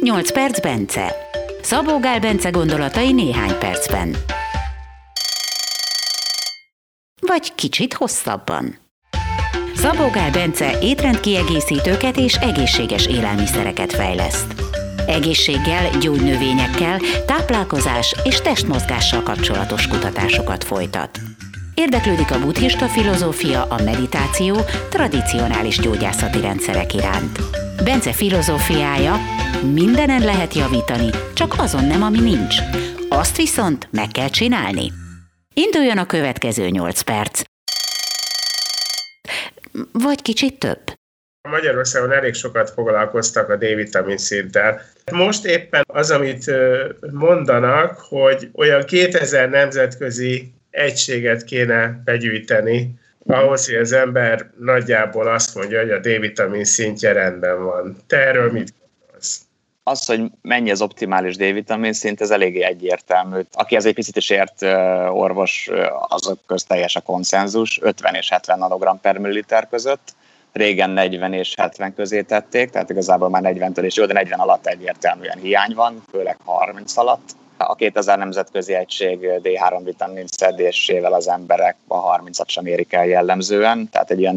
8 perc Bence. Szabó Gál Bence gondolatai néhány percben. Vagy kicsit hosszabban. Szabó Gál Bence étrendkiegészítőket és egészséges élelmiszereket fejleszt. Egészséggel, gyógynövényekkel, táplálkozás és testmozgással kapcsolatos kutatásokat folytat. Érdeklődik a buddhista filozófia, a meditáció, tradicionális gyógyászati rendszerek iránt. Bence filozófiája: mindenen lehet javítani, csak azon nem, ami nincs. Azt viszont meg kell csinálni. Induljon a következő 8 perc. Vagy kicsit több. Magyarországon elég sokat foglalkoztak a D-vitamin szinttel. Most éppen az, amit mondanak, hogy olyan 2000 nemzetközi egységet kéne begyűjteni, ahhoz, hogy az ember nagyjából azt mondja, hogy a D-vitamin szintje rendben van. Te erről mit gondolsz? Az, hogy mennyi az optimális D-vitamin szint, ez eléggé egyértelmű. Aki ez egy picit is ért orvos, azok közt teljes a konszenzus, 50 és 70 nanogram per milliliter között. Régen 40 és 70 közé tették, tehát igazából már 40-től is jó, de 40 alatt egyértelműen hiány van, főleg 30 alatt. A 2000 nemzetközi egység D3 vitamin szedésével az emberek a 30-at sem érik el jellemzően, tehát egy ilyen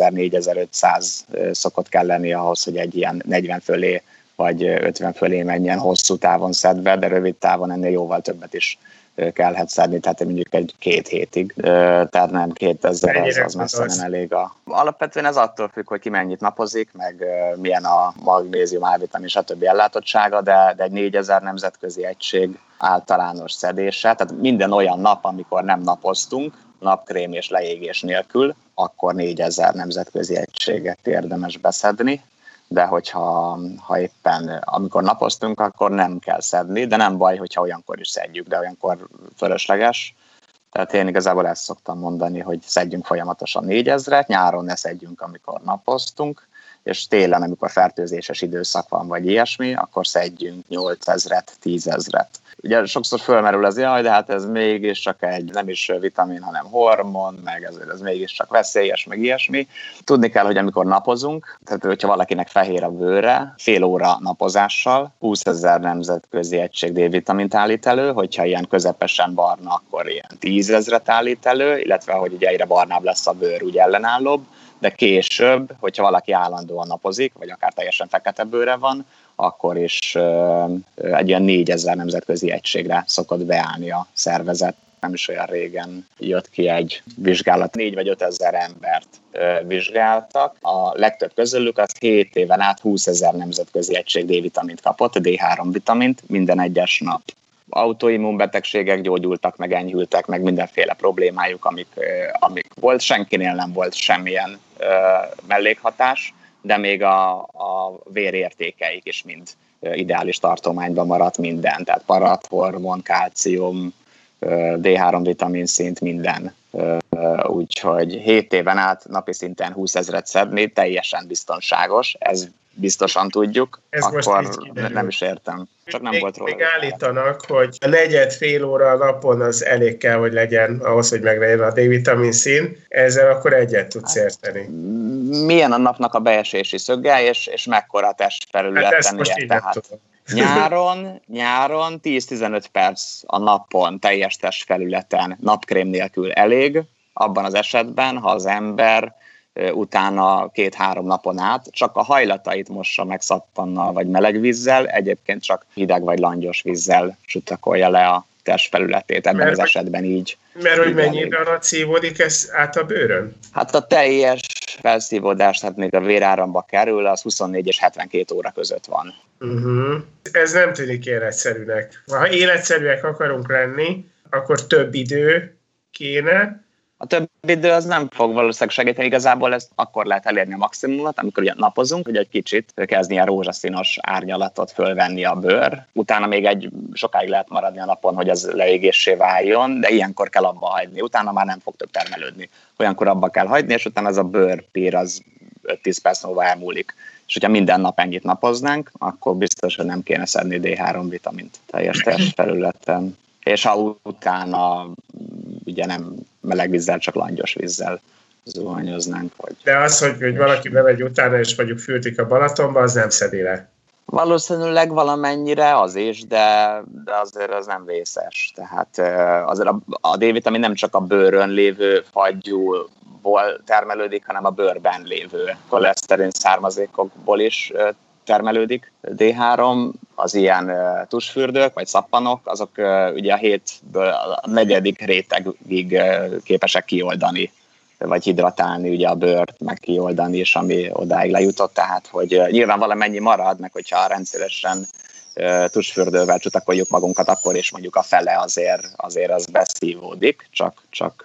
4000-4500 szokott kell lenni ahhoz, hogy egy ilyen 40 fölé vagy 50 fölé menjen hosszú távon szedve, de rövid távon ennél jóval többet is kellhet szedni, tehát mondjuk egy 2 hétig, tehát nem 2000, az messze nem elég. Alapvetően ez attól függ, hogy ki mennyit napozik, meg milyen a magnézium, A-vitamin, stb. Ellátottsága, de egy 4000 nemzetközi egység általános szedése, tehát minden olyan nap, amikor nem napoztunk, napkrém és leégés nélkül, akkor 4000 nemzetközi egységet érdemes beszedni. De hogyha éppen amikor napoztunk, akkor nem kell szedni, de nem baj, hogyha olyankor is szedjük, de olyankor fölösleges. Tehát én igazából ezt szoktam mondani, hogy szedjünk folyamatosan 4000-et, nyáron ne szedjünk, amikor napoztunk, és télen, amikor fertőzéses időszak van, vagy ilyesmi, akkor szedjünk 8000-et, 10.000-et. Ugye sokszor fölmerül az, jaj, de hát ez mégiscsak egy nem is vitamin, hanem hormon, meg ez mégiscsak veszélyes, meg ilyesmi. Tudni kell, hogy amikor napozunk, tehát hogyha valakinek fehér a bőre, fél óra napozással 20 000 nemzetközi egység D-vitamint állít elő, hogyha ilyen közepesen barna, akkor ilyen 10 000-et állít elő, illetve hogy ugye egyre barnább lesz a bőr, úgy ellenállóbb, de később, hogyha valaki állandóan napozik, vagy akár teljesen fekete bőre van, akkor is egy ilyen 4000 nemzetközi egységre szokott beállni a szervezet. Nem is olyan régen jött ki egy vizsgálat, 4 vagy 5 ezer embert vizsgáltak. A legtöbb közülük az 7 éven át 20 000 nemzetközi egység D-vitamint kapott, D3 vitamint minden egyes nap. Autoimmunbetegségek gyógyultak, meg enyhültek, meg mindenféle problémájuk, amik volt. Senkinél nem volt semmilyen mellékhatás, de még a vérértékeik is mind ideális tartományban maradt minden. Tehát parathormon, kálcium, D3 vitamin szint, minden. Úgyhogy 7 éven át napi szinten 20 000-et szedni teljesen biztonságos, ez biztosan tudjuk, ez akkor nem is értem. Csak nem volt róla. Még állítanak, hogy a negyed fél óra a napon az elég kell, hogy legyen ahhoz, hogy meglegyen a D-vitamin szín. Ezzel akkor egyet tudsz érteni. Milyen a napnak a beesési szöge, és mekkora a testfelületen ér. Tehát nyáron 10-15 perc a napon teljes testfelületen napkrém nélkül elég, abban az esetben, ha az ember utána 2-3 napon át csak a hajlatait mossa meg szappannal vagy meleg vízzel, egyébként csak hideg vagy langyos vízzel sutakolja le a testfelületét, ebben az esetben így. Mert hogy mennyi alatt szívódik ez át a bőrön? Hát a teljes felszívódás, tehát még a véráramba kerül, az 24 és 72 óra között van. Ez nem tűnik életszerűnek. Ha életszerűek akarunk lenni, akkor több idő kéne. A több idő az nem fog valószínűleg segíteni, igazából ezt akkor lehet elérni a maximumot, amikor ugye napozunk, hogy egy kicsit kezd ilyen rózsaszínos árnyalatot fölvenni a bőr. Utána még sokáig lehet maradni a napon, hogy az leégéssé váljon, de ilyenkor kell abba hagyni. Utána már nem fog több termelődni. Olyankor abba kell hagyni, és utána az a bőrpír az 5-10 perc múlva elmúlik. És hogyha minden nap ennyit napoznánk, akkor biztos, hogy nem kéne szedni D3 vitamint teljes testfelületen. És ha utána ugye nem meleg vízzel, csak langyos vízzel zuhanyoznánk. De az, hogy valaki bemegy utána, és mondjuk fürdik a Balatonba, az nem szedi le. Valószínűleg valamennyire az is, de azért az nem vészes. Tehát azért a D-vitamin nem csak a bőrön lévő fagyúból termelődik, hanem a bőrben lévő koleszterin származékokból is termelődik. D3, az ilyen tusfürdők vagy szappanok, azok ugye a 7-ből a 4. rétegig képesek kioldani, vagy hidratálni ugye a bőrt, meg kioldani is, ami odáig lejutott, tehát hogy nyilván valamennyi marad, meg hogyha rendszeresen tusfürdővel csutakoljuk magunkat, akkor is mondjuk a fele azért az beszívódik, csak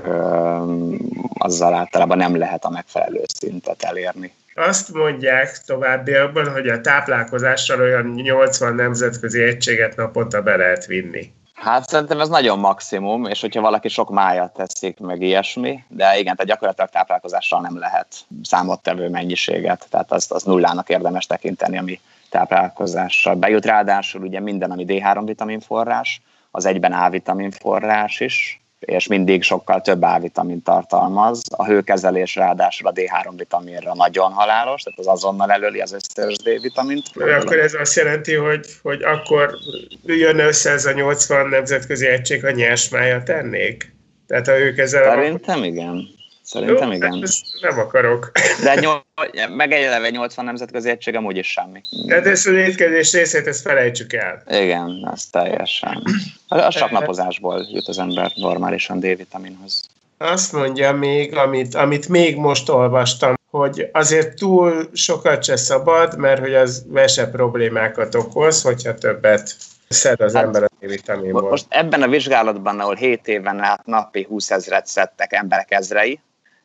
azzal általában nem lehet a megfelelő szintet elérni. Azt mondják továbbiakban, hogy a táplálkozással olyan 80 nemzetközi egységet naponta be lehet vinni. Hát szerintem ez nagyon maximum, és hogyha valaki sok májat teszik, meg ilyesmi, de igen, tehát gyakorlatilag táplálkozással nem lehet számottevő mennyiséget, tehát az nullának érdemes tekinteni, ami táplálkozással bejut. Ráadásul ugye minden, ami D3 vitamin forrás, az egyben A-vitamin forrás is, és mindig sokkal több A-vitamin tartalmaz. A hőkezelés ráadásul a D3 vitaminra nagyon halálos, tehát az azonnal elöli az összes D-vitamint. Akkor ez azt jelenti, hogy akkor jön össze ez a 80 nemzetközi egység, ha nyersmájat tennék? Tehát a hőkezelem... Szerintem igen. Szerintem igen. Nem akarok. De meg eleve 80 nemzetközi egység amúgy is semmi. Tehát ezt az étkezés részét, ezt felejtsük el. Igen, ez teljesen. Az csak napozásból jut az ember normálisan D-vitaminhoz. Azt mondja még, amit még most olvastam, hogy azért túl sokat se szabad, mert hogy az vese problémákat okoz, hogyha többet szed az ember a D-vitaminból. Most ebben a vizsgálatban, ahol 7 éven át napi 20 000 szedtek emberek ezrei,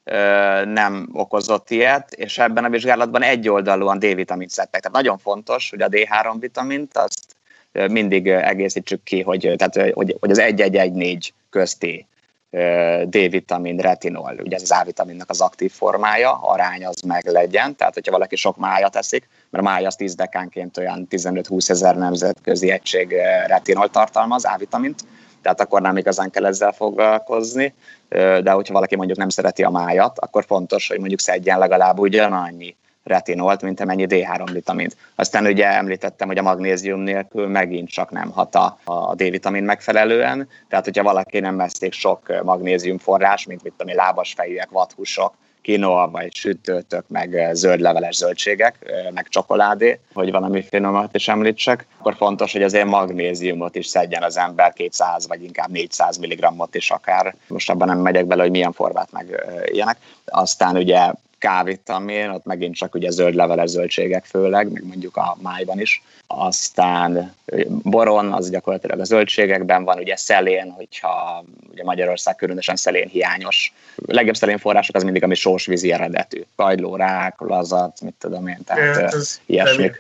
nem okozott ilyet, és ebben a vizsgálatban egyoldalúan D-vitamint szedtek. Tehát nagyon fontos, hogy a D3 vitamint azt mindig egészítsük ki, hogy az 1-1-1-4 közti D-vitamin, retinol, ugye ez az A-vitaminnak az aktív formája, arány az meg legyen, tehát hogyha valaki sok májat eszik, mert a máj az 10 dekánként olyan 15-20 ezer nemzetközi egység retinol tartalmaz, A-vitamint, tehát akkor nem igazán kell ezzel foglalkozni, de hogyha valaki mondjuk nem szereti a májat, akkor fontos, hogy mondjuk szedjen legalább ugyanannyi retinolt, mint amennyi D3 vitamint. Aztán ugye említettem, hogy a magnézium nélkül megint csak nem hat a D-vitamin megfelelően, tehát hogyha valaki nem eszik sok magnézium forrás, mint mit tudom, lábasfejűek, vadhúsok, kinoa, vagy sütőtök, meg zöldleveles zöldségek, meg csokoládé, hogy valami finomat is említsek, akkor fontos, hogy azért magnéziumot is szedjen az ember, 200 vagy inkább 400 mg-ot is akár. Most abban nem megyek bele, hogy milyen formát meg ilyenek. Aztán ugye K-vitamin, ott megint csak ugye zöldleveles zöldségek főleg, meg mondjuk a májban is. Aztán boron, az gyakorlatilag a zöldségekben van, ugye szelén, hogyha ugye Magyarország különösen szelén hiányos. A legjobb szelén források az mindig, ami sósvízi eredetű. Kagyló, rák, lazat, mit tudom én, tehát ilyesmik.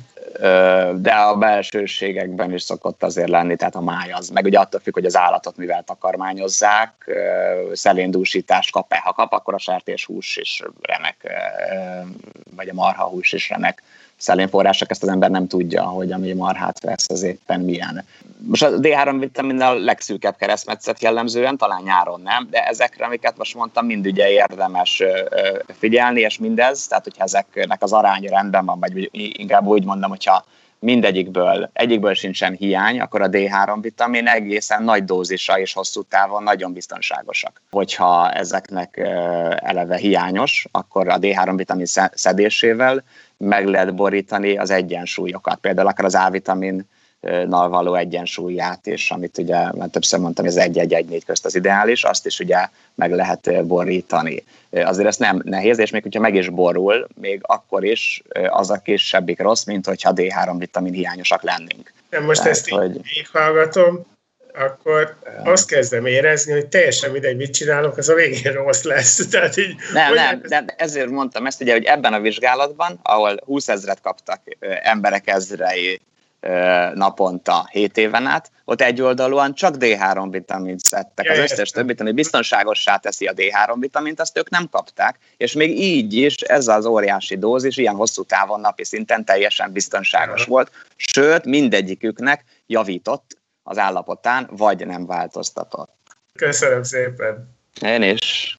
De a belsőségekben is szokott azért lenni, tehát a máj az. Meg ugye attól függ, hogy az állatot mivel takarmányozzák, szeléndúsítást kap-e. Ha kap, akkor a sertéshús is remek, vagy a marhahús is remek szelénforrások, ezt az ember nem tudja, hogy ami marhát vesz, az éppen milyen. Most a D3 vitaminnal a legszűkebb keresztmetszet jellemzően, talán nyáron nem, de ezekre, amiket most mondtam, mind ugye érdemes figyelni, és mindez, tehát hogyha ezeknek az aránya rendben van, vagy inkább úgy mondom, hogyha egyikből sincsen hiány, akkor a D3 vitamin egészen nagy dózisa és hosszú távon nagyon biztonságosak. Hogyha ezeknek eleve hiányos, akkor a D3 vitamin szedésével meg lehet borítani az egyensúlyokat. Például akár az A-vitaminnal való egyensúlyát, és amit ugye már többször mondtam, hogy az 1-1-1-4 közt az ideális, azt is ugye meg lehet borítani. Azért ez nem nehéz, és még hogyha meg is borul, még akkor is az a kisebbik rossz, mint hogyha D3 vitamin hiányosak lennénk. Most tehát, ezt így hallgatom, akkor azt kezdem érezni, hogy teljesen mindegy, mit csinálok, az a végén rossz lesz. Tehát így, nem, ezért mondtam ezt, ugye, hogy ebben a vizsgálatban, ahol 20 000 kaptak emberek ezrei naponta 7 éven át, ott egyoldalúan csak D3 vitamint szedtek. Az összes többit, ami biztonságossá teszi a D3 vitamint, azt ők nem kapták, és még így is ez az óriási dózis ilyen hosszú távon napi szinten teljesen biztonságos volt, sőt mindegyiküknek javított az állapotán, vagy nem változtatott. Köszönöm szépen! Én is.